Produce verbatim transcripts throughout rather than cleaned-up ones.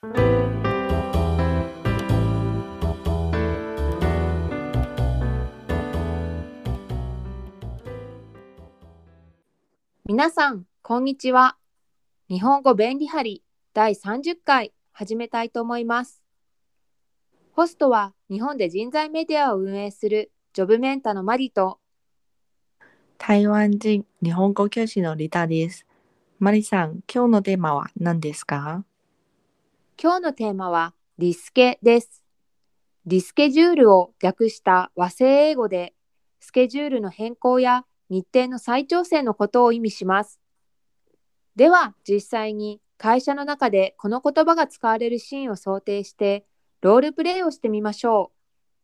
皆さん、こんにちは。日本語便利貼りだいさんじゅっかい始めたいと思います。ホストは日本で人材メディアを運営するジョブメンタのマリと台湾人日本語教師のリタです。マリさん、今日のテーマは何ですか？ 今日のテーマはリスケです。リスケジュールを略した和製英語でスケジュールの変更や日程の再調整のことを意味します。では実際に会社の中でこの言葉が使われるシーンを想定してロールプレイをしてみましょう。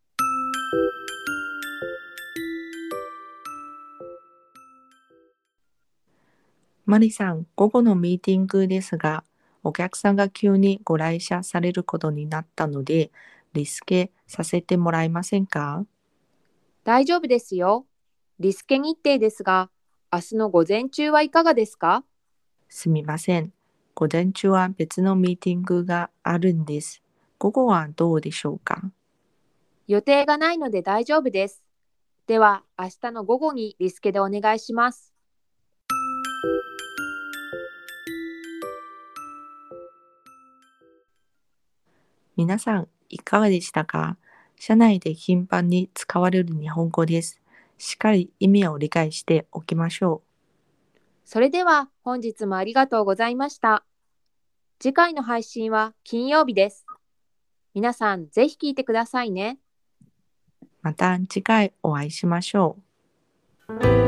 マリさん、午後のミーティングですが、お客さんが急にご来社されることになったので、リスケさせてもらえませんか？ 大丈夫ですよ。リスケ日程ですが、明日の午前中はいかがですか？ すみません。午前中は別のミーティングがあるんです。午後はどうでしょうか？ 予定がないので大丈夫です。では、明日の午後にリスケでお願いします。 皆さん、いかがでしたか？社内で頻繁に使われる日本語です。しっかり意味を理解しておきましょそれでは本日もありがとうございました。次回の配信は金曜日です。皆さんぜひ聞いてくださいね。 う。また次回お会いしましょう。